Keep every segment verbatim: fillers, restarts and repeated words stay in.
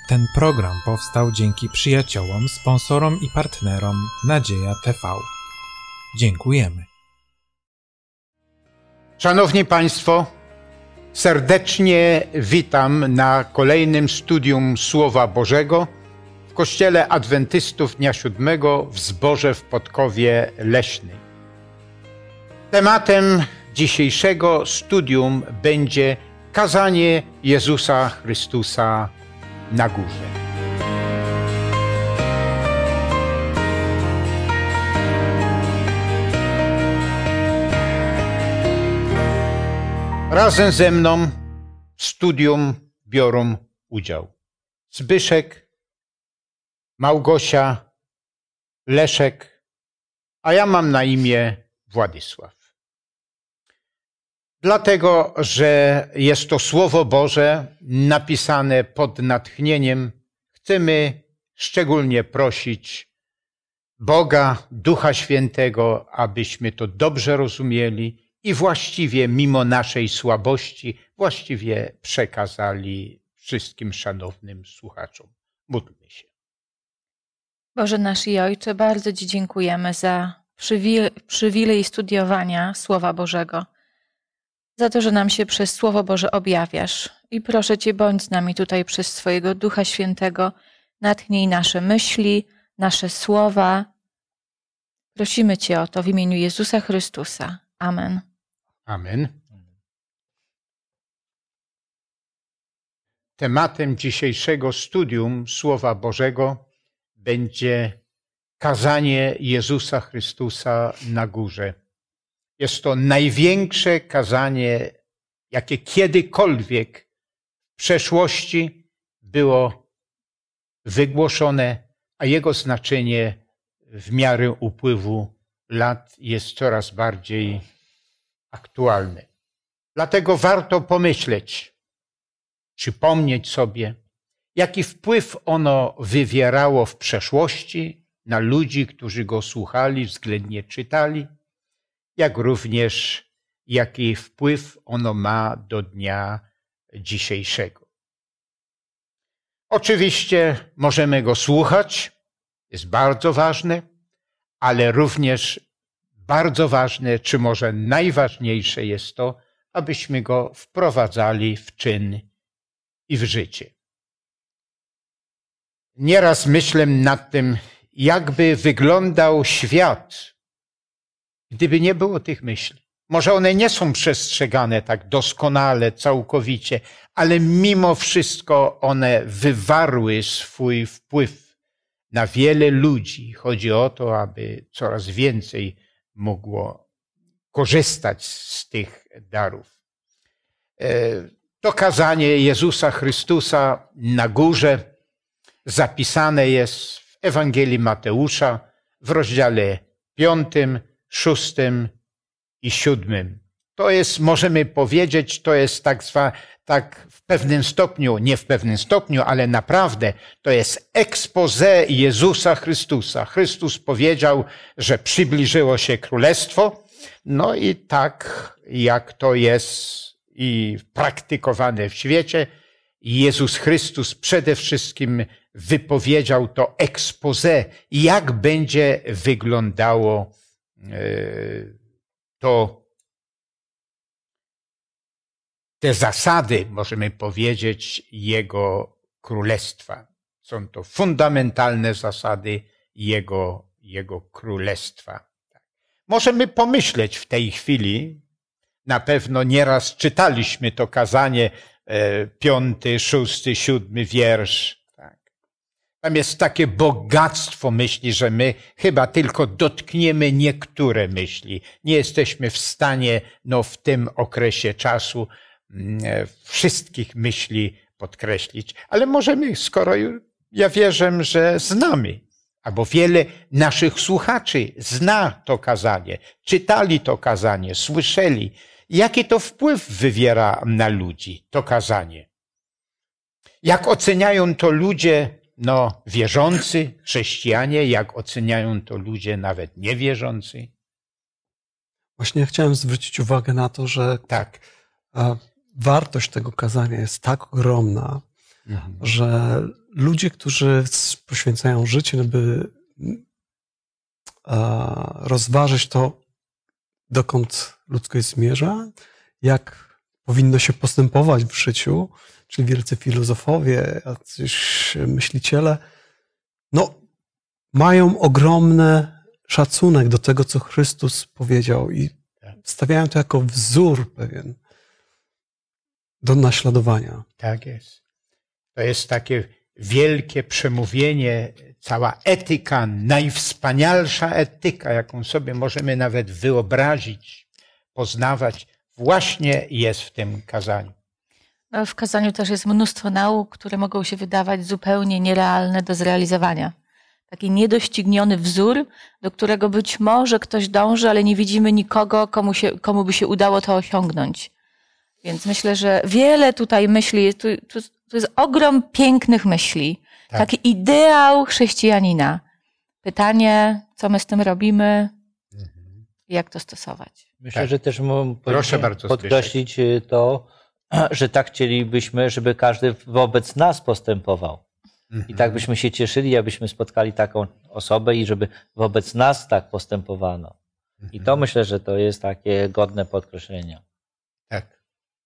Ten program powstał dzięki przyjaciołom, sponsorom i partnerom Nadzieja T V. Dziękujemy. Szanowni Państwo, serdecznie witam na kolejnym studium Słowa Bożego w Kościele Adwentystów Dnia Siódmego w Zborze w Podkowie Leśnej. Tematem dzisiejszego studium będzie kazanie Jezusa Chrystusa na górze. Razem ze mną w studium biorą udział Zbyszek, Małgosia, Leszek, a ja mam na imię Władysław. Dlatego, że jest to Słowo Boże napisane pod natchnieniem, chcemy szczególnie prosić Boga, Ducha Świętego, abyśmy to dobrze rozumieli i właściwie mimo naszej słabości właściwie przekazali wszystkim szanownym słuchaczom. Módlmy się. Boże nasz i Ojcze, bardzo Ci dziękujemy za przywilej, przywilej studiowania Słowa Bożego, za to, że nam się przez Słowo Boże objawiasz. I proszę Cię, bądź z nami tutaj przez swojego Ducha Świętego, natchnij nasze myśli, nasze słowa. Prosimy Cię o to w imieniu Jezusa Chrystusa. Amen. Amen. Tematem dzisiejszego studium Słowa Bożego będzie kazanie Jezusa Chrystusa na górze. Jest to największe kazanie, jakie kiedykolwiek w przeszłości było wygłoszone, a jego znaczenie w miarę upływu lat jest coraz bardziej aktualne. Dlatego warto pomyśleć, przypomnieć sobie, jaki wpływ ono wywierało w przeszłości na ludzi, którzy go słuchali, względnie czytali, jak również jaki wpływ ono ma do dnia dzisiejszego. Oczywiście możemy go słuchać, jest bardzo ważne, ale również bardzo ważne, czy może najważniejsze jest to, abyśmy go wprowadzali w czyn i w życie. Nieraz myślę nad tym, jakby wyglądał świat, gdyby nie było tych myśli. Może one nie są przestrzegane tak doskonale, całkowicie, ale mimo wszystko one wywarły swój wpływ na wiele ludzi. Chodzi o to, aby coraz więcej mogło korzystać z tych darów. To kazanie Jezusa Chrystusa na górze zapisane jest w Ewangelii Mateusza w rozdziale piątym, szóstym i siódmym. To jest, możemy powiedzieć, to jest tak zwane, tak w pewnym stopniu, nie w pewnym stopniu, ale naprawdę to jest expose Jezusa Chrystusa. Chrystus powiedział, że przybliżyło się królestwo, no i tak jak to jest i praktykowane w świecie, Jezus Chrystus przede wszystkim wypowiedział to expose, jak będzie wyglądało to te zasady, możemy powiedzieć, Jego Królestwa. Są to fundamentalne zasady Jego, Jego Królestwa. Możemy pomyśleć w tej chwili, na pewno nieraz czytaliśmy to kazanie, piąty, szósty, siódmy wiersz. Tam jest takie bogactwo myśli, że my chyba tylko dotkniemy niektóre myśli. Nie jesteśmy w stanie no, w tym okresie czasu wszystkich myśli podkreślić. Ale możemy, skoro ja wierzę, że znamy, albo wiele naszych słuchaczy zna to kazanie, czytali to kazanie, słyszeli, jaki to wpływ wywiera na ludzi to kazanie. Jak oceniają to ludzie No, wierzący, chrześcijanie, jak oceniają to ludzie nawet niewierzący? Właśnie chciałem zwrócić uwagę na to, że tak. wartość tego kazania jest tak ogromna, Mhm. że ludzie, którzy poświęcają życie, by rozważyć to, dokąd ludzkość zmierza, jak powinno się postępować w życiu, czyli wielcy filozofowie, jacyś myśliciele, no, mają ogromny szacunek do tego, co Chrystus powiedział i stawiają to jako wzór pewien do naśladowania. Tak jest. To jest takie wielkie przemówienie, cała etyka, najwspanialsza etyka, jaką sobie możemy nawet wyobrazić, poznawać, właśnie jest w tym kazaniu. No, w kazaniu też jest mnóstwo nauk, które mogą się wydawać zupełnie nierealne do zrealizowania. Taki niedościgniony wzór, do którego być może ktoś dąży, ale nie widzimy nikogo, komu, się, komu by się udało to osiągnąć. Więc myślę, że wiele tutaj myśli, tu, tu, tu jest ogrom pięknych myśli. Tak. Taki ideał chrześcijanina. Pytanie, co my z tym robimy mhm. i jak to stosować. Myślę, tak. że też Proszę bardzo, podkreślić Zbyszek. To, że tak chcielibyśmy, żeby każdy wobec nas postępował. Mhm. I tak byśmy się cieszyli, abyśmy spotkali taką osobę i żeby wobec nas tak postępowano. Mhm. I to myślę, że to jest takie godne podkreślenia. Tak.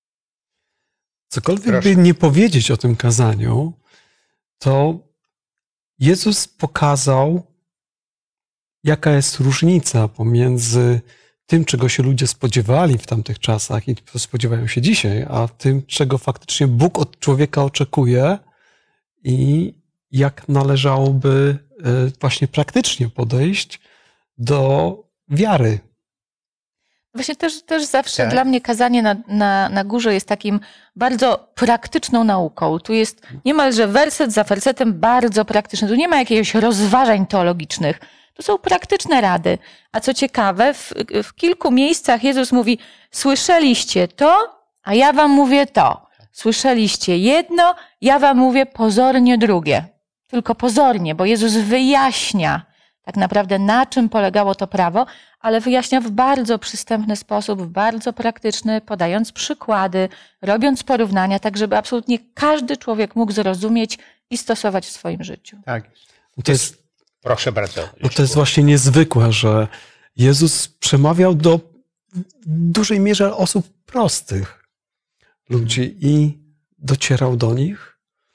Cokolwiek Proszę. by nie powiedzieć o tym kazaniu, to Jezus pokazał, jaka jest różnica pomiędzy tym, czego się ludzie spodziewali w tamtych czasach i spodziewają się dzisiaj, a tym, czego faktycznie Bóg od człowieka oczekuje i jak należałoby właśnie praktycznie podejść do wiary. Właśnie też, też zawsze tak. dla mnie kazanie na, na, na górze jest takim bardzo praktyczną nauką. Tu jest niemalże werset za wersetem bardzo praktyczny. Tu nie ma jakiegoś rozważań teologicznych. To są praktyczne rady. A co ciekawe, w, w kilku miejscach Jezus mówi, słyszeliście to, a ja wam mówię to. Słyszeliście jedno, ja wam mówię pozornie drugie. Tylko pozornie, bo Jezus wyjaśnia tak naprawdę, na czym polegało to prawo, ale wyjaśnia w bardzo przystępny sposób, w bardzo praktyczny, podając przykłady, robiąc porównania, tak żeby absolutnie każdy człowiek mógł zrozumieć i stosować w swoim życiu. Tak. To jest, Proszę bardzo. Bo to jest właśnie niezwykłe, że Jezus przemawiał do w dużej mierze osób prostych ludzi i docierał do nich.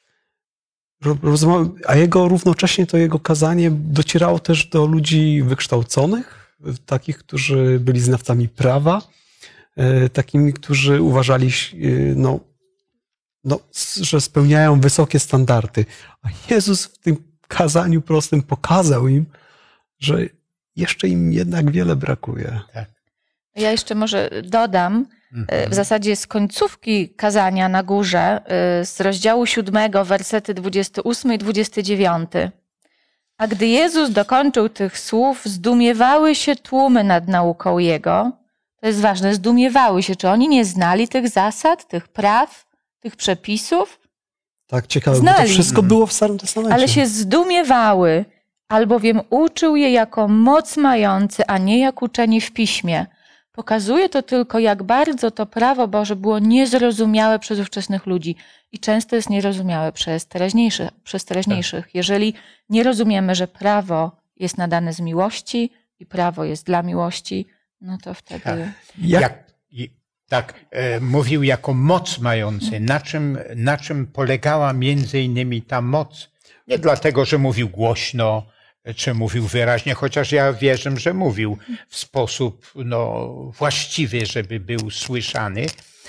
A jego równocześnie to jego kazanie docierało też do ludzi wykształconych, takich, którzy byli znawcami prawa, takimi, którzy uważali, no, no, że spełniają wysokie standardy. A Jezus w tym kazaniu prostym pokazał im, że jeszcze im jednak wiele brakuje. Tak. Ja jeszcze może dodam, w zasadzie z końcówki kazania na górze, z rozdziału siódmego, wersety dwudziesty ósmy i dwudziesty dziewiąty. A gdy Jezus dokończył tych słów, zdumiewały się tłumy nad nauką Jego. To jest ważne, zdumiewały się. Czy oni nie znali tych zasad, tych praw, tych przepisów? Tak, ciekawe, Znali. bo to wszystko było w Starym Testamencie. Ale się zdumiewały, albowiem uczył je jako moc mający, a nie jak uczeni w piśmie. Pokazuje to tylko, jak bardzo to prawo Boże było niezrozumiałe przez ówczesnych ludzi i często jest nierozumiałe przez teraźniejszych. Przez teraźniejszych. Tak. Jeżeli nie rozumiemy, że prawo jest nadane z miłości i prawo jest dla miłości, no to wtedy... Tak, jak, tak e, mówił jako moc mający. Na czym, na czym polegała między innymi ta moc? Nie dlatego, że mówił głośno, czy mówił wyraźnie, chociaż ja wierzę, że mówił w sposób no, właściwy, żeby był słyszany,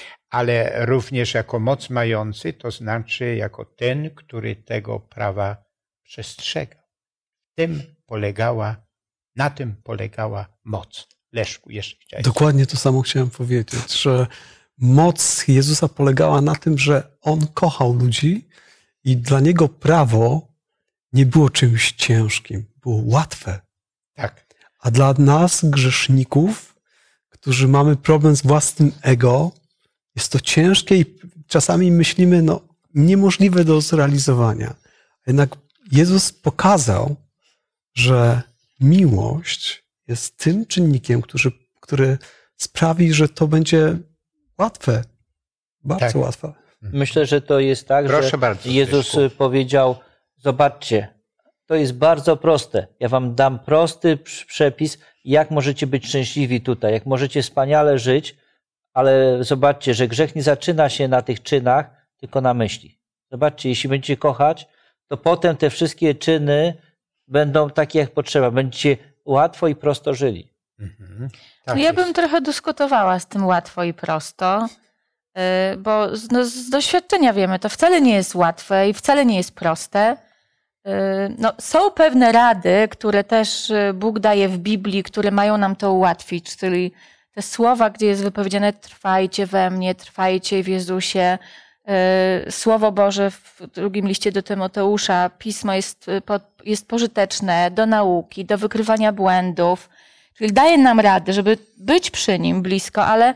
ale również jako moc mający, to znaczy jako ten, który tego prawa przestrzegał. Tym polegała, na tym polegała moc. Leszku, jeszcze chciałeś. Dokładnie to samo chciałem powiedzieć, że moc Jezusa polegała na tym, że On kochał ludzi i dla Niego prawo nie było czymś ciężkim, było łatwe. Tak. A dla nas, grzeszników, którzy mamy problem z własnym ego, jest to ciężkie i czasami myślimy, no, niemożliwe do zrealizowania. Jednak Jezus pokazał, że miłość jest tym czynnikiem, który, który sprawi, że to będzie łatwe. Bardzo tak. łatwe. Myślę, że to jest tak, Proszę że bardzo, Jezus Zbyszku. powiedział, zobaczcie, to jest bardzo proste. Ja wam dam prosty przepis, jak możecie być szczęśliwi tutaj, jak możecie wspaniale żyć, ale zobaczcie, że grzech nie zaczyna się na tych czynach, tylko na myśli. Zobaczcie, jeśli będziecie kochać, to potem te wszystkie czyny będą takie jak potrzeba. Będziecie łatwo i prosto żyli. Mhm. Tak Ja jest. bym trochę dyskutowała z tym łatwo i prosto, y, bo z, no, z doświadczenia wiemy, to wcale nie jest łatwe i wcale nie jest proste. Y, No, są pewne rady, które też y, Bóg daje w Biblii, które mają nam to ułatwić, czyli te słowa, gdzie jest wypowiedziane trwajcie we mnie, trwajcie w Jezusie. Y, Słowo Boże w drugim liście do Tymoteusza, Pismo jest, y, po- jest pożyteczne do nauki, do wykrywania błędów. Czyli daje nam radę, żeby być przy nim blisko, ale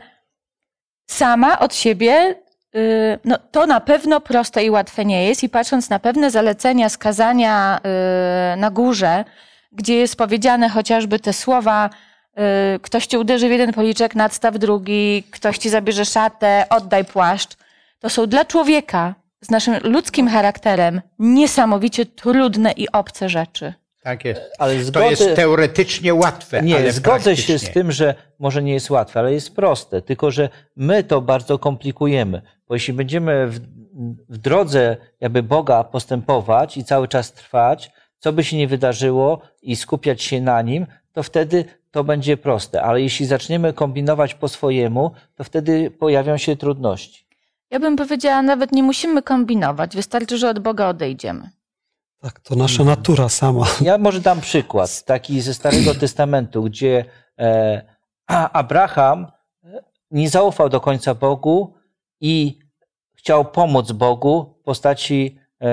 sama od siebie y, no, to na pewno proste i łatwe nie jest. I patrząc na pewne zalecenia z kazania y, na górze, gdzie jest powiedziane chociażby te słowa y, ktoś ci uderzy w jeden policzek, nadstaw drugi, ktoś ci zabierze szatę, oddaj płaszcz. To są dla człowieka z naszym ludzkim charakterem niesamowicie trudne i obce rzeczy. Tak jest. Ale To zgody... jest teoretycznie łatwe, Nie, ale zgodzę się z praktycznie. tym, że może nie jest łatwe, ale jest proste. Tylko że my to bardzo komplikujemy. Bo jeśli będziemy w, w drodze jakby Boga postępować i cały czas trwać, co by się nie wydarzyło i skupiać się na Nim, to wtedy to będzie proste. Ale jeśli zaczniemy kombinować po swojemu, to wtedy pojawią się trudności. Ja bym powiedziała, nawet nie musimy kombinować, wystarczy, że od Boga odejdziemy. Tak, to nasza natura sama. Ja może dam przykład taki ze Starego Testamentu, gdzie e, Abraham nie zaufał do końca Bogu i chciał pomóc Bogu w postaci e,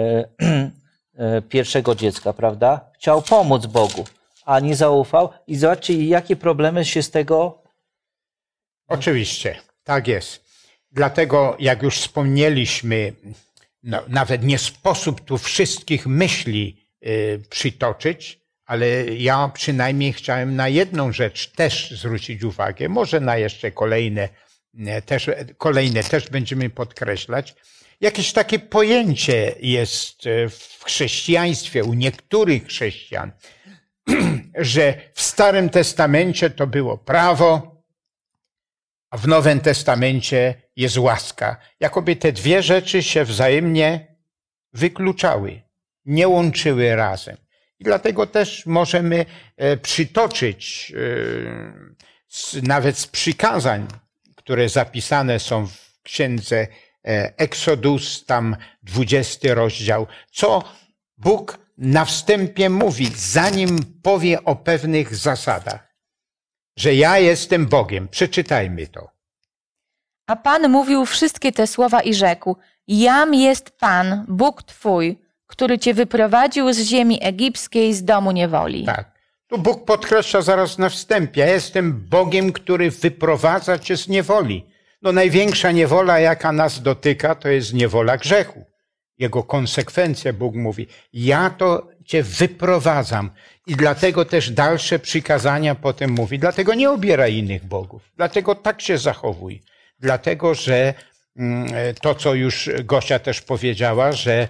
e, pierwszego dziecka, prawda? Chciał pomóc Bogu, a nie zaufał. I zobaczcie, jakie problemy się z tego... Oczywiście, tak jest. Dlatego, jak już wspomnieliśmy, no, nawet nie sposób tu wszystkich myśli y, przytoczyć, ale ja przynajmniej chciałem na jedną rzecz też zwrócić uwagę, może na jeszcze kolejne y, też, kolejne też będziemy podkreślać. Jakieś takie pojęcie jest y, w chrześcijaństwie, u niektórych chrześcijan, że w Starym Testamencie to było prawo, a w Nowym Testamencie jest łaska. Jakoby te dwie rzeczy się wzajemnie wykluczały, nie łączyły razem. I dlatego też możemy przytoczyć nawet z przykazań, które zapisane są w księdze Exodus, tam dwudziesty rozdział, co Bóg na wstępie mówi, zanim powie o pewnych zasadach, że ja jestem Bogiem. Przeczytajmy to. A Pan mówił wszystkie te słowa i rzekł: Jam jest Pan, Bóg Twój, który Cię wyprowadził z ziemi egipskiej, z domu niewoli. Tak. Tu Bóg podkreśla zaraz na wstępie. Ja jestem Bogiem, który wyprowadza Cię z niewoli. No największa niewola, jaka nas dotyka, to jest niewola grzechu. Jego konsekwencje, Bóg mówi. Ja to Cię wyprowadzam. I dlatego też dalsze przykazania potem mówi. Dlatego nie obieraj innych bogów. Dlatego tak się zachowuj. Dlatego, że to, co już Gosia też powiedziała, że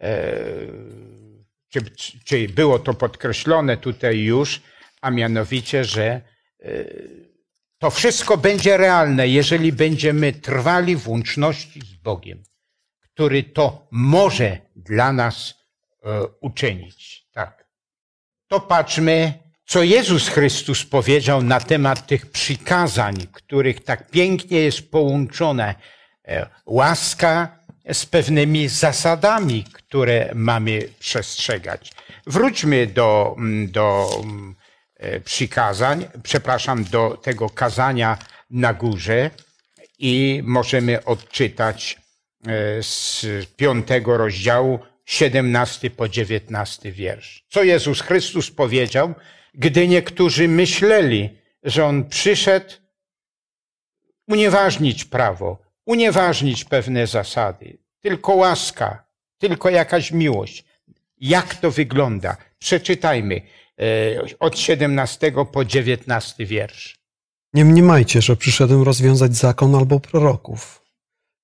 czy, czy było to podkreślone tutaj już, a mianowicie, że to wszystko będzie realne, jeżeli będziemy trwali w łączności z Bogiem, który to może dla nas uczynić. Tak. To patrzmy, co Jezus Chrystus powiedział na temat tych przykazań, których tak pięknie jest połączona łaska z pewnymi zasadami, które mamy przestrzegać. Wróćmy do, do przykazań, przepraszam, do tego kazania na górze i możemy odczytać z piątego rozdziału, siedemnasty po dziewiętnasty wiersz. Co Jezus Chrystus powiedział, gdy niektórzy myśleli, że On przyszedł unieważnić prawo, unieważnić pewne zasady. Tylko łaska, tylko jakaś miłość. Jak to wygląda? Przeczytajmy od siedemnastego po dziewiętnasty wiersz. Nie mniemajcie, że przyszedłem rozwiązać zakon albo proroków.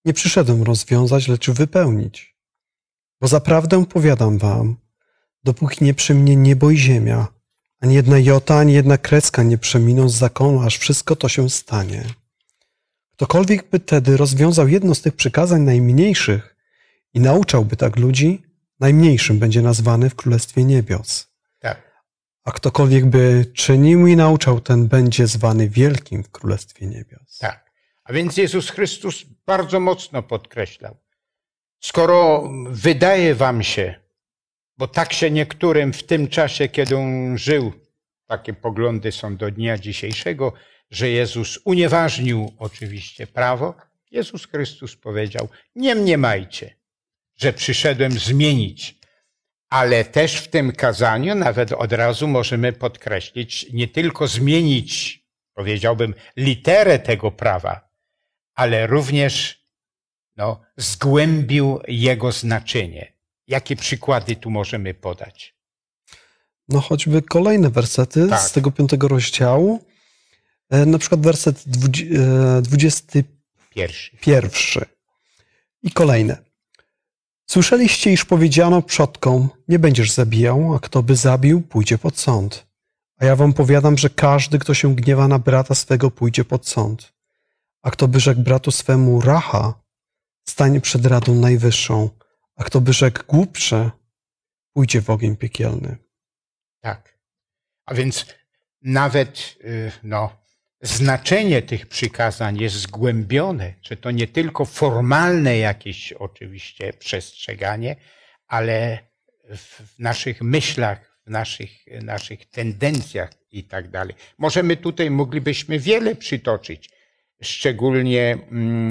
Nie przyszedłem rozwiązać, lecz wypełnić. Bo zaprawdę powiadam wam, dopóki nie przeminie niebo i ziemia, ani jedna jota, ani jedna kreska nie przeminą z zakonu, aż wszystko to się stanie. Ktokolwiek by tedy rozwiązał jedno z tych przykazań najmniejszych i nauczałby tak ludzi, najmniejszym będzie nazwany w Królestwie Niebios. Tak. A ktokolwiek by czynił i nauczał, ten będzie zwany wielkim w Królestwie Niebios. Tak. A więc Jezus Chrystus bardzo mocno podkreślał. Skoro wydaje wam się, bo tak się niektórym w tym czasie, kiedy on żył, takie poglądy są do dnia dzisiejszego, że Jezus unieważnił oczywiście prawo, Jezus Chrystus powiedział, nie mniemajcie, że przyszedłem zmienić, ale też w tym kazaniu nawet od razu możemy podkreślić, nie tylko zmienić, powiedziałbym, literę tego prawa, ale również no, zgłębił jego znaczenie. Jakie przykłady tu możemy podać? No choćby kolejne wersety Tak. z tego piątego rozdziału. Na przykład werset dwudziesty Pierwszy. pierwszy. I kolejne. Słyszeliście, iż powiedziano przodkom, nie będziesz zabijał, a kto by zabił, pójdzie pod sąd. A ja wam powiadam, że każdy, kto się gniewa na brata swego, pójdzie pod sąd. A kto by rzekł bratu swemu racha, stanie przed Radą Najwyższą, a kto by rzekł głupcze, pójdzie w ogień piekielny. Tak. A więc nawet no, znaczenie tych przykazań jest zgłębione, że to nie tylko formalne jakieś oczywiście przestrzeganie, ale w naszych myślach, w naszych, naszych tendencjach i tak dalej. Możemy tutaj, moglibyśmy wiele przytoczyć, szczególnie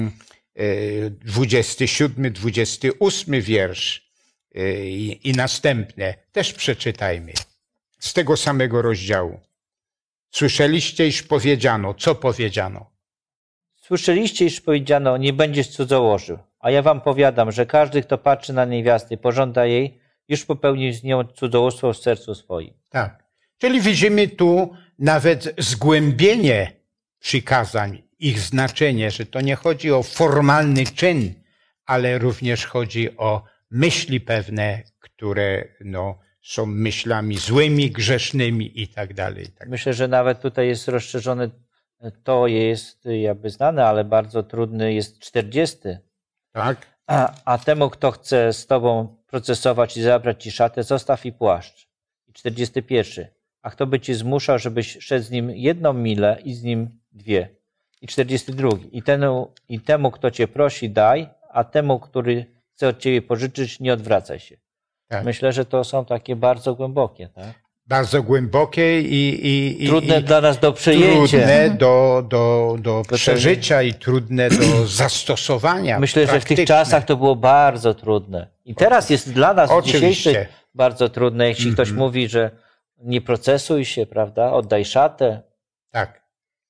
dwudziesty siódmy, dwudziesty ósmy wiersz i, i następne. Też przeczytajmy z tego samego rozdziału. Słyszeliście, iż powiedziano. Co powiedziano? Słyszeliście, iż powiedziano, nie będziesz cudzołożył. A ja wam powiadam, że każdy, kto patrzy na niewiastę i pożąda jej, już popełnił z nią cudzołóstwo w sercu swoim. Tak. Czyli widzimy tu nawet zgłębienie przykazań, ich znaczenie, że to nie chodzi o formalny czyn, ale również chodzi o myśli pewne, które no, są myślami złymi, grzesznymi i tak dalej. Myślę, że nawet tutaj jest rozszerzone, to jest jakby znane, ale bardzo trudny jest czterdziesty. Tak. A, a temu, kto chce z tobą procesować i zabrać ci szatę, zostaw i płaszcz. I czterdziesty pierwszy. A kto by ci zmuszał, żebyś szedł z nim jedną milę i z nim dwie. I czterdziesty drugi. I temu, I temu, kto cię prosi, daj, a temu, który chce od ciebie pożyczyć, nie odwracaj się. Tak. Myślę, że to są takie bardzo głębokie. Tak? Bardzo głębokie i, i, i trudne i dla nas do przyjęcia. Trudne do, do, do przeżycia i trudne do zastosowania. Myślę, że w tych czasach to było bardzo trudne. I teraz jest dla nas dzisiejszych bardzo trudne. Jeśli mm-hmm. ktoś mówi, że nie procesuj się, prawda, oddaj szatę. Tak.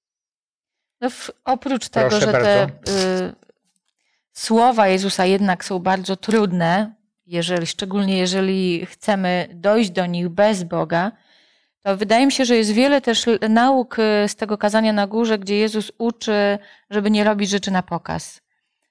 No w, oprócz Proszę tego, że bardzo. te y, słowa Jezusa jednak są bardzo trudne, jeżeli, szczególnie jeżeli chcemy dojść do nich bez Boga, to wydaje mi się, że jest wiele też nauk z tego kazania na górze, gdzie Jezus uczy, żeby nie robić rzeczy na pokaz.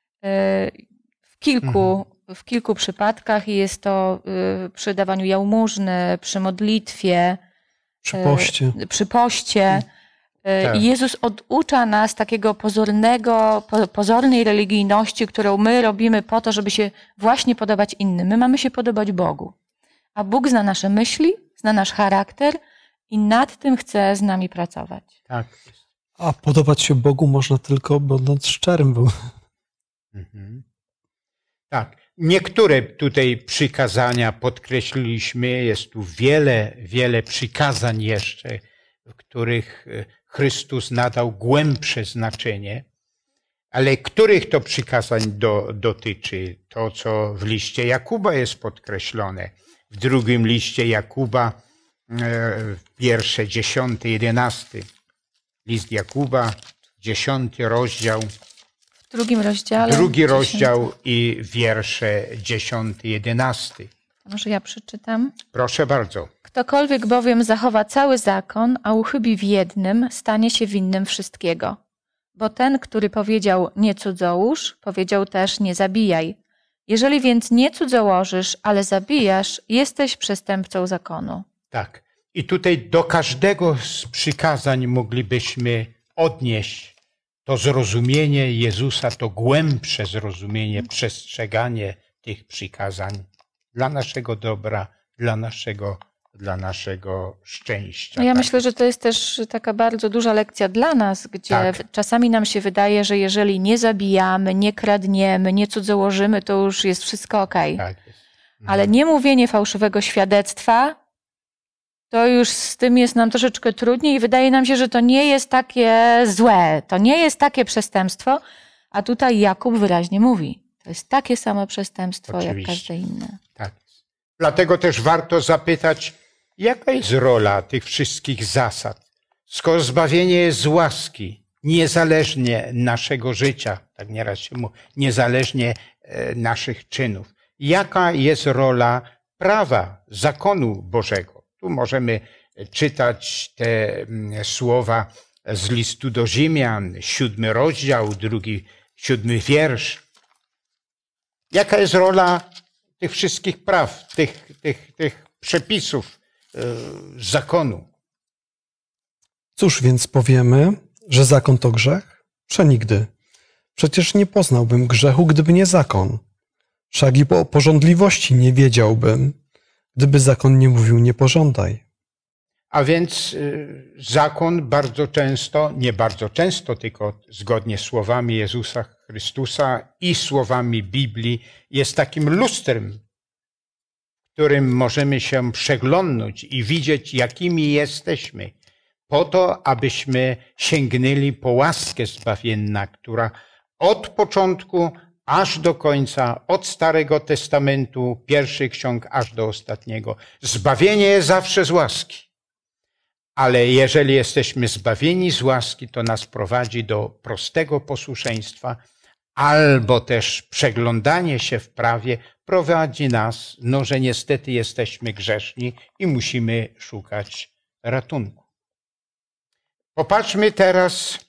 W kilku, mhm. w kilku przypadkach jest to przy dawaniu jałmużny, przy modlitwie, przy poście. Przy poście. Tak. I Jezus oducza nas takiego pozornego, pozornej religijności, którą my robimy po to, żeby się właśnie podobać innym. My mamy się podobać Bogu. A Bóg zna nasze myśli, zna nasz charakter i nad tym chce z nami pracować. Tak. A podobać się Bogu można tylko będąc szczerym. Bo... Mhm. Tak. Niektóre tutaj przykazania podkreśliliśmy. Jest tu wiele, wiele przykazań jeszcze, w których Chrystus nadał głębsze znaczenie, ale których to przykazań do, dotyczy? To, co w liście Jakuba jest podkreślone. W drugim liście Jakuba, wiersze dziesiąty, jedenasty. List Jakuba, dziesiąty rozdział. W drugim rozdziale. Drugi rozdział i wiersze dziesiąty, jedenasty. Może ja przeczytam? Proszę bardzo. Ktokolwiek bowiem zachowa cały zakon, a uchybi w jednym, stanie się winnym wszystkiego. Bo ten, który powiedział nie cudzołóż, powiedział też nie zabijaj. Jeżeli więc nie cudzołożysz, ale zabijasz, jesteś przestępcą zakonu. Tak. I tutaj do każdego z przykazań moglibyśmy odnieść to zrozumienie Jezusa, to głębsze zrozumienie, przestrzeganie tych przykazań dla naszego dobra, dla naszego, dla naszego szczęścia. No ja tak? myślę, że to jest też taka bardzo duża lekcja dla nas, gdzie Tak. czasami nam się wydaje, że jeżeli nie zabijamy, nie kradniemy, nie cudzołożymy, to już jest wszystko okej. Tak jest. Mhm. Ale nie mówienie fałszywego świadectwa, to już z tym jest nam troszeczkę trudniej i wydaje nam się, że to nie jest takie złe, to nie jest takie przestępstwo, a tutaj Jakub wyraźnie mówi, to jest takie samo przestępstwo Oczywiście. jak każde inne. Tak jest. Dlatego też warto zapytać, jaka jest rola tych wszystkich zasad? Skoro zbawienie jest z łaski, niezależnie naszego życia, tak nieraz się mówi, niezależnie e, naszych czynów. Jaka jest rola prawa, zakonu Bożego? Tu możemy czytać te mm, słowa z listu do Rzymian, siódmy rozdział, drugi, siódmy wiersz. Jaka jest rola tych wszystkich praw, tych, tych, tych przepisów yy, zakonu? Cóż więc powiemy, że zakon to grzech? Przenigdy. Przecież nie poznałbym grzechu, gdyby nie zakon. Wszak i o pożądliwości nie wiedziałbym, gdyby zakon nie mówił nie pożądaj. A więc yy, zakon bardzo często, nie bardzo często, tylko zgodnie z słowami Jezusa Chrystusa i słowami Biblii, jest takim lustrem, w którym możemy się przeglądnąć i widzieć, jakimi jesteśmy, po to, abyśmy sięgnęli po łaskę zbawienna, która od początku aż do końca, od Starego Testamentu, pierwszych ksiąg, aż do ostatniego. Zbawienie jest zawsze z łaski. Ale jeżeli jesteśmy zbawieni z łaski, to nas prowadzi do prostego posłuszeństwa, albo też przeglądanie się w prawie prowadzi nas, no, że niestety jesteśmy grzeszni i musimy szukać ratunku. Popatrzmy teraz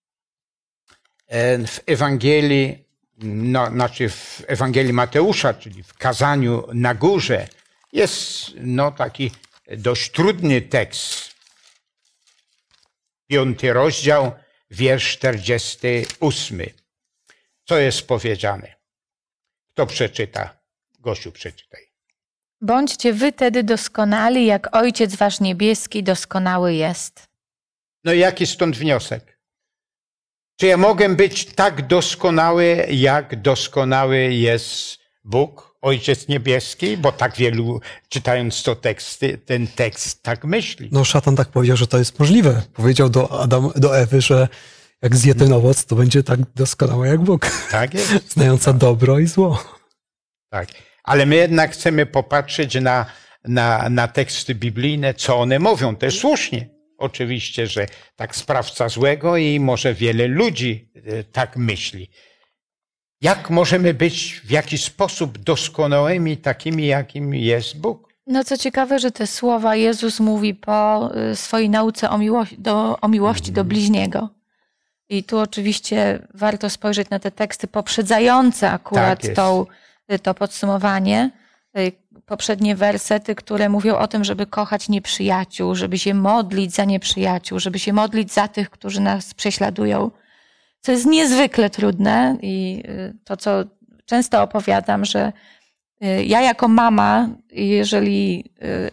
w Ewangelii, no, znaczy w Ewangelii Mateusza, czyli w kazaniu na górze. Jest no, taki dość trudny tekst. Piąty rozdział, wiersz czterdziesty ósmy. Co jest powiedziane? Kto przeczyta? Gosiu, przeczytaj. Bądźcie wy tedy doskonali, jak Ojciec wasz niebieski doskonały jest. No i jaki stąd wniosek? Czy ja mogę być tak doskonały, jak doskonały jest Bóg, Ojciec Niebieski? Bo tak wielu, czytając to teksty, ten tekst tak myśli. No szatan tak powiedział, że to jest możliwe. Powiedział do, Adam, do Ewy, że jak zje ten owoc, to będzie tak doskonała jak Bóg. Tak jest. Znająca dobro i zło. Tak. Ale my jednak chcemy popatrzeć na, na, na teksty biblijne, co one mówią. To jest słusznie. Oczywiście, że tak sprawca złego i może wiele ludzi tak myśli. Jak możemy być w jakiś sposób doskonałymi, takimi, jakim jest Bóg? No co ciekawe, że te słowa Jezus mówi po swojej nauce o miłości do, o miłości do bliźniego. I tu oczywiście warto spojrzeć na te teksty poprzedzające akurat Tak tą, to podsumowanie. Poprzednie wersety, które mówią o tym, żeby kochać nieprzyjaciół, żeby się modlić za nieprzyjaciół, żeby się modlić za tych, którzy nas prześladują. Co jest niezwykle trudne i to, co często opowiadam, że ja jako mama, jeżeli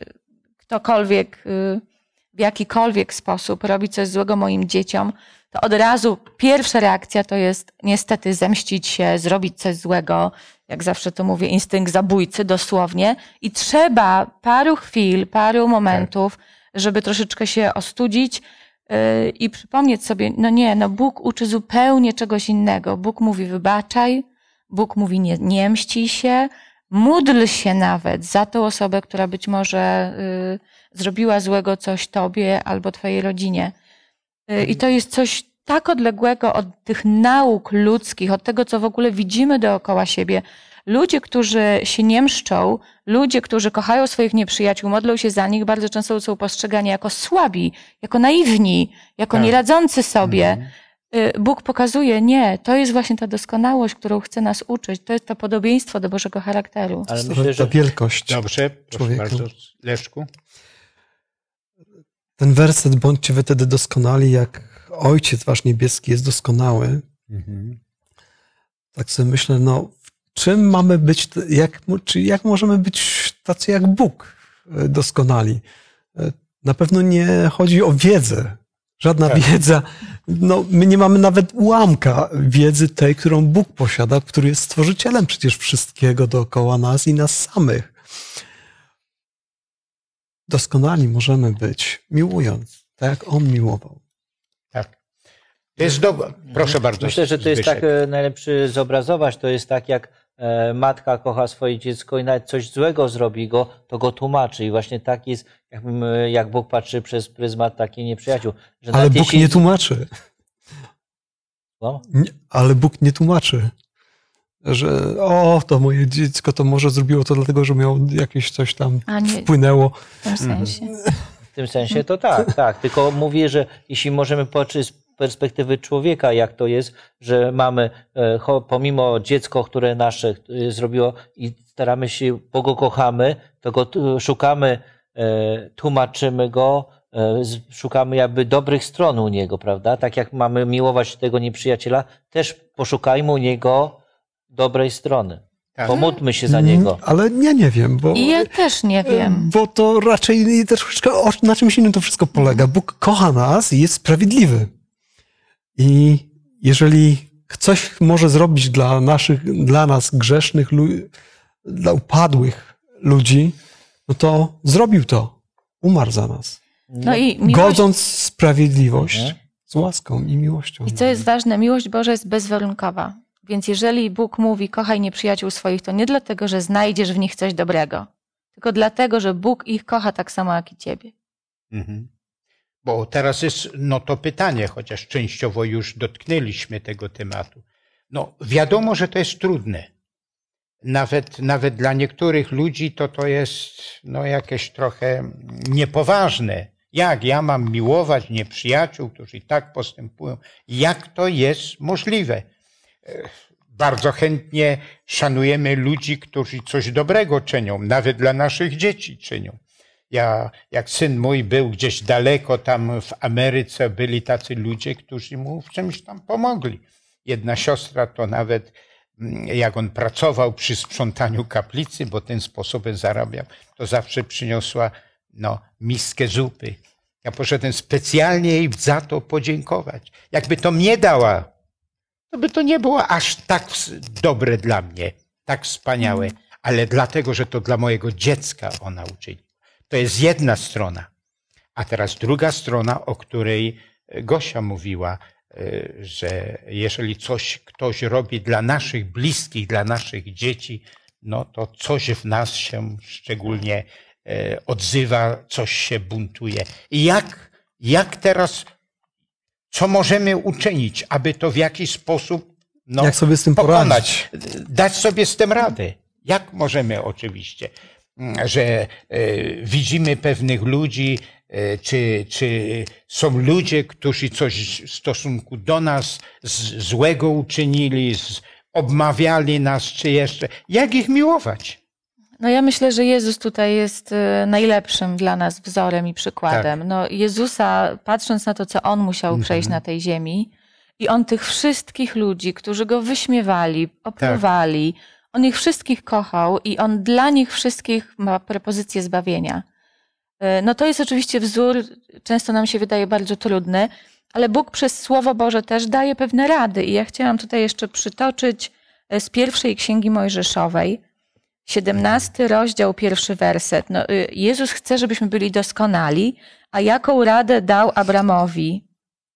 ktokolwiek w jakikolwiek sposób robi coś złego moim dzieciom, to od razu pierwsza reakcja to jest niestety zemścić się, zrobić coś złego, jak zawsze to mówię, instynkt zabójcy dosłownie. I trzeba paru chwil, paru momentów, żeby troszeczkę się ostudzić yy, i przypomnieć sobie, no nie, no Bóg uczy zupełnie czegoś innego. Bóg mówi wybaczaj, Bóg mówi nie, nie mści się, módl się nawet za tą osobę, która być może yy, zrobiła złego coś tobie albo twojej rodzinie. Yy, I to jest coś tak odległego od tych nauk ludzkich, od tego, co w ogóle widzimy dookoła siebie. Ludzie, którzy się nie mszczą, ludzie, którzy kochają swoich nieprzyjaciół, modlą się za nich, bardzo często są postrzegani jako słabi, jako naiwni, jako tak. nieradzący sobie. Bóg pokazuje, nie, to jest właśnie ta doskonałość, którą chce nas uczyć. To jest to podobieństwo do Bożego charakteru. Ale To myślę, ta że wielkość. Dobrze, proszę człowieka. bardzo, Leszku. Ten werset, bądźcie wy wtedy doskonali, jak Ojciec wasz niebieski jest doskonały. Mhm. Tak sobie myślę, no w czym mamy być, jak, czy jak możemy być tacy jak Bóg doskonali? Na pewno nie chodzi o wiedzę. Żadna Tak. wiedza. No, my nie mamy nawet ułamka wiedzy tej, którą Bóg posiada, który jest stworzycielem przecież wszystkiego dookoła nas i nas samych. Doskonali możemy być, miłując, tak jak On miłował. Tak. To jest do... Proszę bardzo. myślę, że to jest Zbyszek. tak e, najlepszy zobrazować. To jest tak, jak e, matka kocha swoje dziecko i nawet coś złego zrobi go, to go tłumaczy. I właśnie tak jest, jak, my, jak Bóg patrzy przez pryzmat takich nieprzyjaciół. Że Ale nawet Bóg jeśli- nie tłumaczy. No? Nie, ale Bóg nie tłumaczy, że o, to moje dziecko to może zrobiło to dlatego, że miało jakieś coś tam A nie, wpłynęło. w tym sensie. W tym sensie to tak, tak. Tylko mówię, że jeśli możemy patrzeć z perspektywy człowieka, jak to jest, że mamy e, cho- pomimo dziecko, które nasze e, zrobiło i staramy się, bo go kochamy, to go tu- szukamy, e, tłumaczymy go, e, z- szukamy jakby dobrych stron u niego, prawda? Tak jak mamy miłować tego nieprzyjaciela, też poszukajmy u niego dobrej strony. Tak. Pomódlmy się za niego. Mm, Ale ja nie wiem, bo, I ja też nie wiem. bo to raczej troszeczkę o- na czymś innym to wszystko polega. Bóg kocha nas i jest sprawiedliwy. I jeżeli coś może zrobić dla naszych, dla nas grzesznych, lu- dla upadłych ludzi, no to zrobił to. Umarł za nas. No i miłość, Godząc sprawiedliwość Mhm. z łaską i miłością. i co jest ważne, miłość Boża jest bezwarunkowa. Więc jeżeli Bóg mówi, kochaj nieprzyjaciół swoich, to nie dlatego, że znajdziesz w nich coś dobrego, tylko dlatego, że Bóg ich kocha tak samo jak i ciebie. Mhm. Bo teraz jest no to pytanie, chociaż częściowo już dotknęliśmy tego tematu. No wiadomo, że to jest trudne. Nawet, nawet dla niektórych ludzi to to jest no jakieś trochę niepoważne. Jak ja mam miłować nieprzyjaciół, którzy tak postępują? Jak to jest możliwe? Bardzo chętnie szanujemy ludzi, którzy coś dobrego czynią, nawet dla naszych dzieci czynią. Ja, jak syn mój był gdzieś daleko tam w Ameryce, byli tacy ludzie, którzy mu w czymś tam pomogli. Jedna siostra to nawet, jak on pracował przy sprzątaniu kaplicy, bo tym sposobem zarabiał, to zawsze przyniosła no, miskę zupy. Ja poszedłem specjalnie jej za to podziękować. Jakby to mnie dała, to by to nie było aż tak dobre dla mnie, tak wspaniałe, ale dlatego, że to dla mojego dziecka ona uczyniła. To jest jedna strona. A teraz druga strona, o której Gosia mówiła, że jeżeli coś ktoś robi dla naszych bliskich, dla naszych dzieci, no to coś w nas się szczególnie odzywa, coś się buntuje. I jak, jak teraz, co możemy uczynić, aby to w jakiś sposób no, Jak sobie z tym pokonać, poradzić? dać sobie z tym radę. Jak możemy oczywiście, że y, widzimy pewnych ludzi, y, czy, czy są ludzie, którzy coś w stosunku do nas z, złego uczynili, z, obmawiali nas, czy jeszcze. Jak ich miłować? No ja myślę, że Jezus tutaj jest y, najlepszym dla nas wzorem i przykładem. Tak. No Jezusa, patrząc na to, co On musiał Mhm. przejść na tej ziemi i On tych wszystkich ludzi, którzy Go wyśmiewali, opluwali, On ich wszystkich kochał i On dla nich wszystkich ma propozycję zbawienia. Y, No to jest oczywiście wzór, często nam się wydaje bardzo trudny, ale Bóg przez Słowo Boże też daje pewne rady. I ja chciałam tutaj jeszcze przytoczyć y, z pierwszej Księgi Mojżeszowej, siedemnasty rozdział, pierwszy werset. No, y, Jezus chce, żebyśmy byli doskonali, a jaką radę dał Abramowi?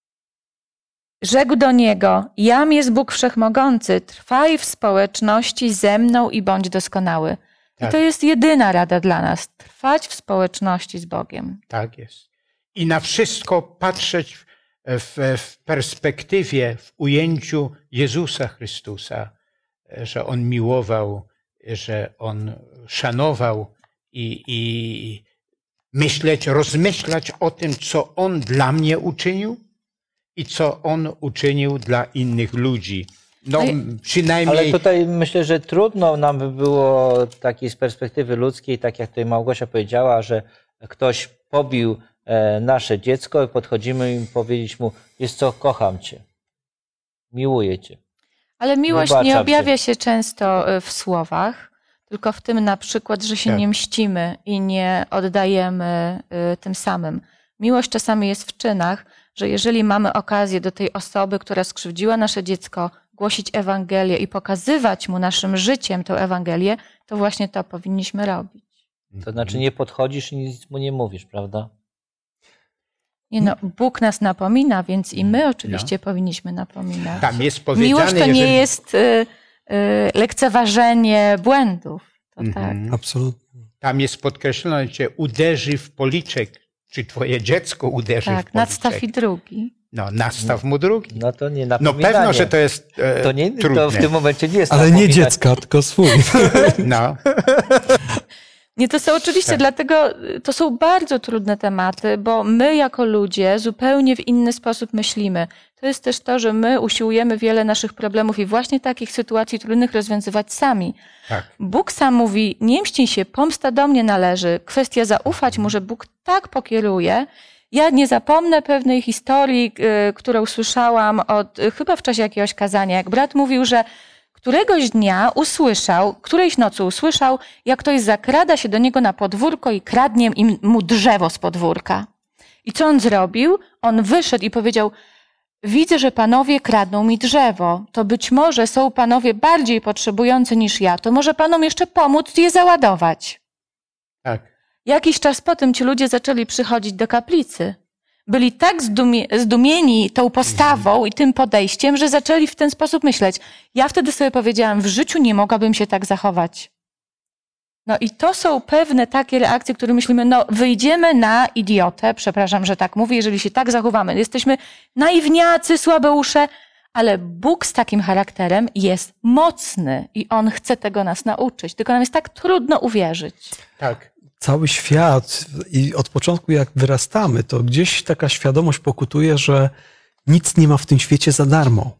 Rzekł do niego, jam jest Bóg Wszechmogący, trwaj w społeczności ze mną i bądź doskonały. Tak. I to jest jedyna rada dla nas, trwać w społeczności z Bogiem. Tak jest. I na wszystko patrzeć w, w, w perspektywie, w ujęciu Jezusa Chrystusa, że On miłował, że On szanował i, i myśleć, rozmyślać o tym, co On dla mnie uczynił i co On uczynił dla innych ludzi. No Ale- przynajmniej... Ale tutaj myślę, że trudno nam by było takiej z perspektywy ludzkiej, tak jak tutaj Małgosia powiedziała, że ktoś pobił e, nasze dziecko i podchodzimy i powiedzieć mu, wiesz co, kocham cię, miłuję cię. Ale miłość Wybaczam nie cię. objawia się często y, w słowach, tylko w tym na przykład, że się Tak. nie mścimy i nie oddajemy y, tym samym. Miłość czasami jest w czynach, że jeżeli mamy okazję do tej osoby, która skrzywdziła nasze dziecko, głosić Ewangelię i pokazywać mu naszym życiem tę Ewangelię, to właśnie to powinniśmy robić. To znaczy nie podchodzisz i nic mu nie mówisz, prawda? Nie no, Bóg nas napomina, więc i my oczywiście powinniśmy napominać. Tam jest powiedziane, Miłość to jeżeli... nie jest y, y, lekceważenie błędów. To tak. Mhm. Absolutnie. Tam jest podkreślone, że cię uderzy w policzek, czy twoje dziecko uderzy w Tak, policzek. nadstaw i drugi. No, nastaw mu drugi. No to nie No napominanie. pewno, że to jest e, To, nie, trudne. to w tym momencie nie jest Ale nie napominanie. dziecka, tylko swój. No, Nie, to są oczywiście, Tak. dlatego to są bardzo trudne tematy, bo my jako ludzie zupełnie w inny sposób myślimy. To jest też to, że my usiłujemy wiele naszych problemów i właśnie takich sytuacji trudnych rozwiązywać sami. tak. Bóg sam mówi, nie mścij się, pomsta do mnie należy. Kwestia zaufać mu, że Bóg tak pokieruje. Ja nie zapomnę pewnej historii, y, którą słyszałam od, y, chyba w czasie jakiegoś kazania, jak brat mówił, że któregoś dnia usłyszał, którejś nocy usłyszał, jak ktoś zakrada się do niego na podwórko i kradnie im- mu drzewo z podwórka. I co on zrobił? On wyszedł i powiedział, widzę, że panowie kradną mi drzewo. To być może są panowie bardziej potrzebujący niż ja. To może panom jeszcze pomóc je załadować. tak. Jakiś czas potem ci ludzie zaczęli przychodzić do kaplicy. Byli tak zdumie, zdumieni tą postawą i tym podejściem, że zaczęli w ten sposób myśleć. Ja wtedy sobie powiedziałam, w życiu nie mogłabym się tak zachować. No i to są pewne takie reakcje, które myślimy, no wyjdziemy na idiotę, przepraszam, że tak mówię, jeżeli się tak zachowamy. Jesteśmy naiwniacy, słabeusze, ale Bóg z takim charakterem jest mocny i On chce tego nas nauczyć. Tylko nam jest tak trudno uwierzyć. tak. Cały świat i od początku jak wyrastamy, to gdzieś taka świadomość pokutuje, że nic nie ma w tym świecie za darmo.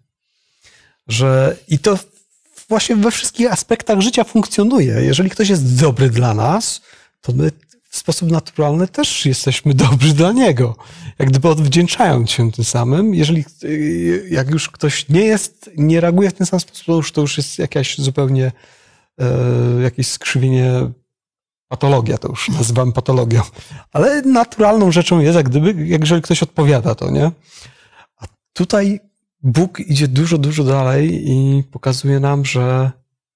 Że i to właśnie we wszystkich aspektach życia funkcjonuje. Jeżeli ktoś jest dobry dla nas, to my w sposób naturalny też jesteśmy dobrzy dla niego. Jak gdyby odwdzięczając się tym samym. Jeżeli jak już ktoś nie jest, nie reaguje w ten sam sposób, to już, to już jest jakaś zupełnie e, jakieś skrzywienie, patologia, to już nazywamy patologią. Ale naturalną rzeczą jest, jak gdyby, jak jeżeli ktoś odpowiada to, nie? A tutaj Bóg idzie dużo, dużo dalej i pokazuje nam, że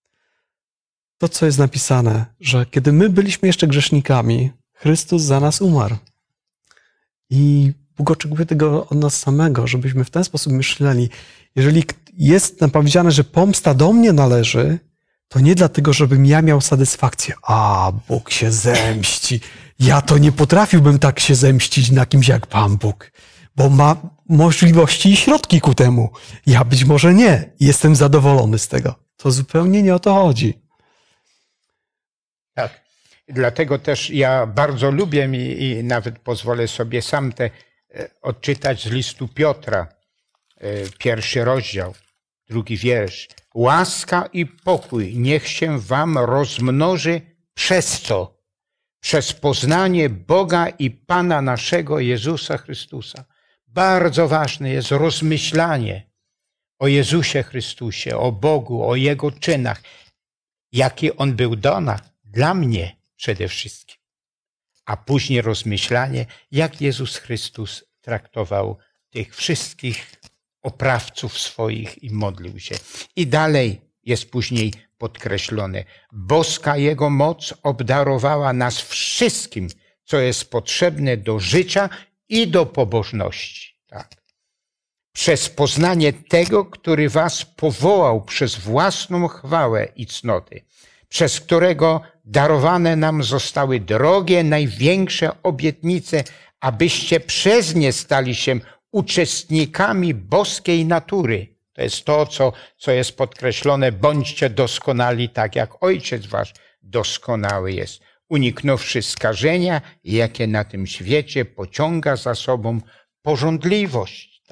to, co jest napisane, że kiedy my byliśmy jeszcze grzesznikami, Chrystus za nas umarł. I Bóg oczekuje tego od nas samego, żebyśmy w ten sposób myśleli. Jeżeli jest nam powiedziane, że pomsta do mnie należy, to nie dlatego, żebym ja miał satysfakcję. A, Bóg się zemści. Ja to nie potrafiłbym tak się zemścić na kimś jak Pan Bóg, bo ma możliwości i środki ku temu. Ja być może nie. Jestem zadowolony z tego. To zupełnie nie o to chodzi. Tak. Dlatego też ja bardzo lubię i, i nawet pozwolę sobie sam te e, odczytać z listu Piotra, e, pierwszy rozdział, drugi wiersz. Łaska i pokój niech się wam rozmnoży przez co? Przez poznanie Boga i Pana naszego Jezusa Chrystusa. Bardzo ważne jest rozmyślanie o Jezusie Chrystusie, o Bogu, o Jego czynach. Jaki On był do nas, dla mnie przede wszystkim. A później rozmyślanie, jak Jezus Chrystus traktował tych wszystkich oprawców swoich i modlił się. I dalej jest później podkreślone. Boska Jego moc obdarowała nas wszystkim, co jest potrzebne do życia i do pobożności. Tak. Przez poznanie tego, który was powołał przez własną chwałę i cnoty, przez którego darowane nam zostały drogie, największe obietnice, abyście przez nie stali się uczestnikami boskiej natury. To jest to, co, co jest podkreślone. Bądźcie doskonali, tak jak Ojciec wasz doskonały jest, uniknąwszy skażenia, jakie na tym świecie pociąga za sobą pożądliwość. Tak?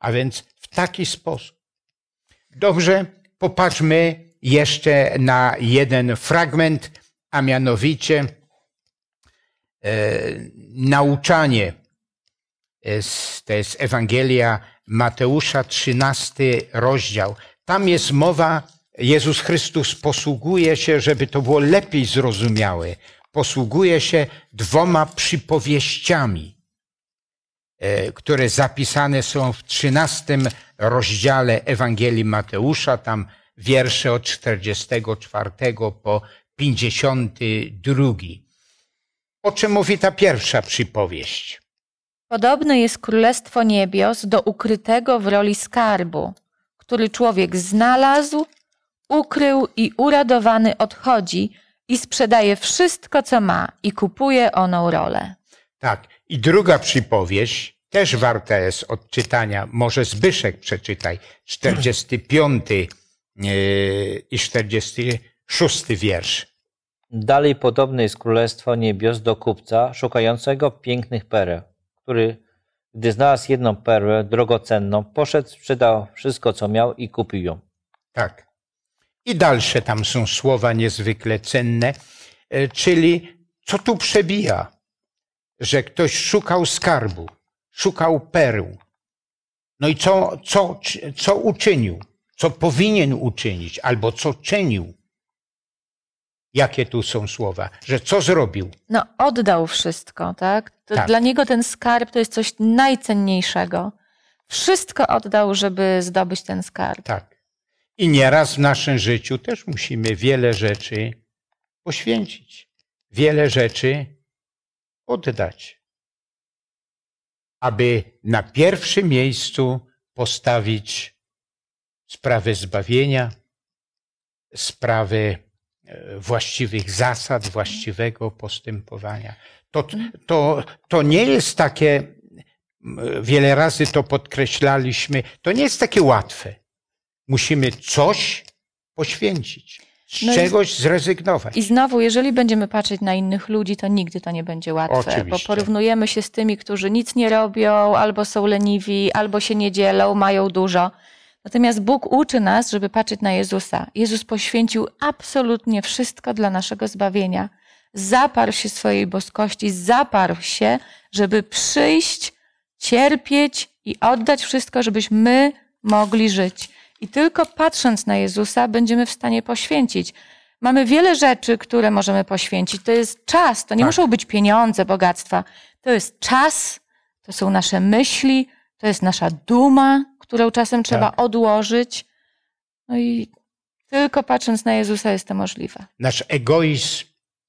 A więc w taki sposób. Dobrze, popatrzmy jeszcze na jeden fragment, a mianowicie e, nauczanie. To jest Ewangelia Mateusza, trzynasty rozdział. Tam jest mowa, Jezus Chrystus posługuje się, żeby to było lepiej zrozumiałe, posługuje się dwoma przypowieściami, które zapisane są w trzynastym rozdziale Ewangelii Mateusza, tam wiersze od czterdziestego czwartego po pięćdziesiąty drugi. O czym mówi ta pierwsza przypowieść? Podobne jest królestwo niebios do ukrytego w roli skarbu, który człowiek znalazł, ukrył i uradowany odchodzi i sprzedaje wszystko, co ma i kupuje oną rolę. Tak. I druga przypowieść, też warta jest odczytania. Może Zbyszek przeczytaj. czterdziesty piąty i czterdziesty szósty wiersz. Dalej podobne jest królestwo niebios do kupca szukającego pięknych pereł, który, gdy znalazł jedną perłę drogocenną, poszedł, sprzedał wszystko, co miał i kupił ją. Tak. I dalsze tam są słowa niezwykle cenne, czyli co tu przebija? Że ktoś szukał skarbu, szukał perł. No i co, co, co uczynił? Co powinien uczynić? Albo co czynił? Jakie tu są słowa? Że co zrobił? No, oddał wszystko, tak? To Tak. Dla niego ten skarb to jest coś najcenniejszego. Wszystko oddał, żeby zdobyć ten skarb. Tak. I nieraz w naszym życiu też musimy wiele rzeczy poświęcić. Wiele rzeczy oddać. Aby na pierwszym miejscu postawić sprawę zbawienia, sprawę właściwych zasad, właściwego postępowania. To, to, to nie jest takie, wiele razy to podkreślaliśmy, to nie jest takie łatwe. Musimy coś poświęcić, z No i- czegoś zrezygnować. I znowu, jeżeli będziemy patrzeć na innych ludzi, to nigdy to nie będzie łatwe, Oczywiście. bo porównujemy się z tymi, którzy nic nie robią, albo są leniwi, albo się nie dzielą, mają dużo. Natomiast Bóg uczy nas, żeby patrzeć na Jezusa. Jezus poświęcił absolutnie wszystko dla naszego zbawienia. Zaparł się swojej boskości, zaparł się, żeby przyjść, cierpieć i oddać wszystko, żebyśmy mogli żyć. I tylko patrząc na Jezusa będziemy w stanie poświęcić. Mamy wiele rzeczy, które możemy poświęcić. To jest czas, to nie Tak. muszą być pieniądze, bogactwa. To jest czas, to są nasze myśli, to jest nasza duma, którą czasem trzeba Tak. odłożyć. No i tylko patrząc na Jezusa jest to możliwe. Nasz egoizm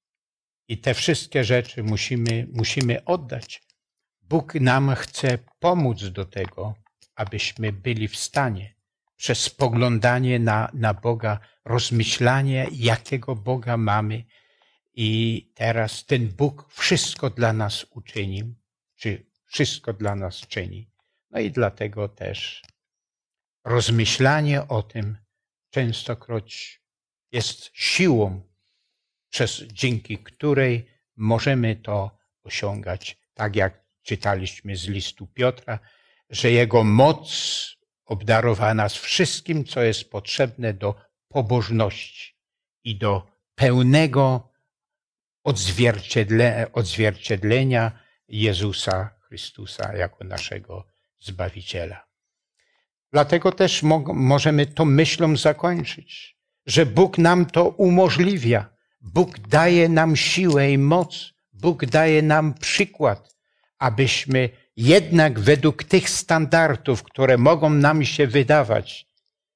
i te wszystkie rzeczy musimy, musimy oddać. Bóg nam chce pomóc do tego, abyśmy byli w stanie przez spoglądanie na, na Boga, rozmyślanie, jakiego Boga mamy. I teraz ten Bóg wszystko dla nas uczynił, czy wszystko dla nas czyni. No i dlatego też rozmyślanie o tym częstokroć jest siłą, przez, dzięki której możemy to osiągać. Tak jak czytaliśmy z listu Piotra, że Jego moc obdarowa nas wszystkim, co jest potrzebne do pobożności i do pełnego odzwierciedle, odzwierciedlenia Jezusa Chrystusa jako naszego Zbawiciela. Dlatego też mo- możemy tą myślą zakończyć, że Bóg nam to umożliwia. Bóg daje nam siłę i moc. Bóg daje nam przykład, abyśmy jednak według tych standardów, które mogą nam się wydawać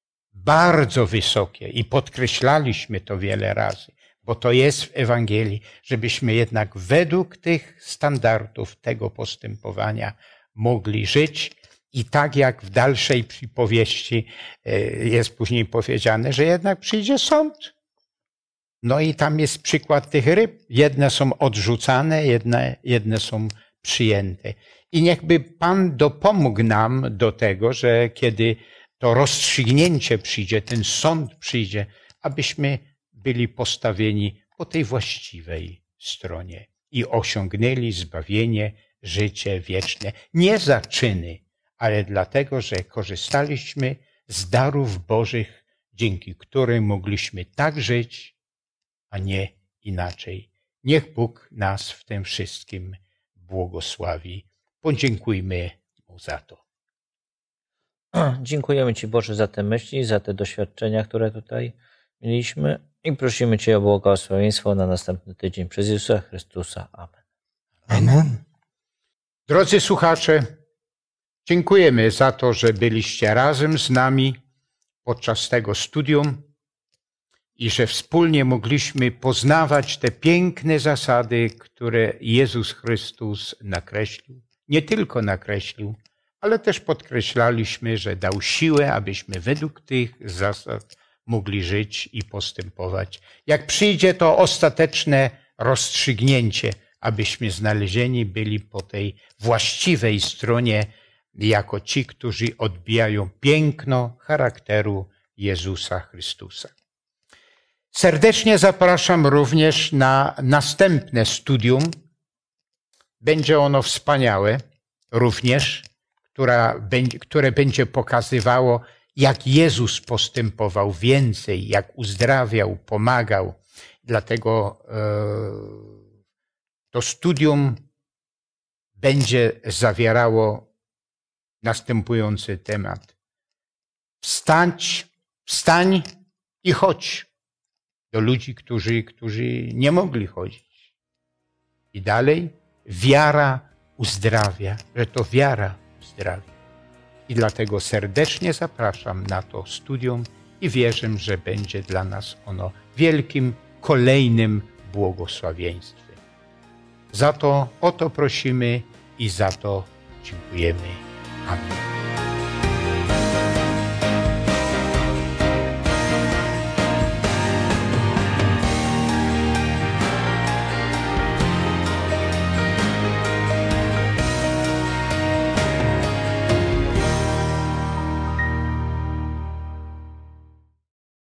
bardzo wysokie i podkreślaliśmy to wiele razy, bo to jest w Ewangelii, żebyśmy jednak według tych standardów tego postępowania mogli żyć. I tak jak w dalszej przypowieści jest później powiedziane, że jednak przyjdzie sąd. No i tam jest przykład tych ryb. Jedne są odrzucane, jedne, jedne są przyjęte. I niechby Pan dopomógł nam do tego, że kiedy to rozstrzygnięcie przyjdzie, ten sąd przyjdzie, abyśmy byli postawieni po tej właściwej stronie i osiągnęli zbawienie, życie wieczne. Nie za czyny, ale dlatego, że korzystaliśmy z darów Bożych, dzięki którym mogliśmy tak żyć, a nie inaczej. Niech Bóg nas w tym wszystkim błogosławi. Podziękujmy Mu za to. Dziękujemy Ci, Boże, za te myśli, za te doświadczenia, które tutaj mieliśmy i prosimy Cię o błogosławieństwo na następny tydzień przez Jezusa Chrystusa. Amen. Amen. Drodzy słuchacze, dziękujemy za to, że byliście razem z nami podczas tego studium i że wspólnie mogliśmy poznawać te piękne zasady, które Jezus Chrystus nakreślił. Nie tylko nakreślił, ale też podkreślaliśmy, że dał siłę, abyśmy według tych zasad mogli żyć i postępować. Jak przyjdzie to ostateczne rozstrzygnięcie, abyśmy znalezieni byli po tej właściwej stronie, jako ci, którzy odbijają piękno charakteru Jezusa Chrystusa. Serdecznie zapraszam również na następne studium. Będzie ono wspaniałe również, która będzie, które będzie pokazywało, jak Jezus postępował więcej, jak uzdrawiał, pomagał. Dlatego e, to studium będzie zawierało następujący temat. Wstać, wstań i chodź do ludzi, którzy, którzy nie mogli chodzić. I dalej, wiara uzdrawia, że to wiara uzdrawia. I dlatego serdecznie zapraszam na to studium i wierzę, że będzie dla nas ono wielkim, kolejnym błogosławieństwem. Za to o to prosimy i za to dziękujemy. Amen.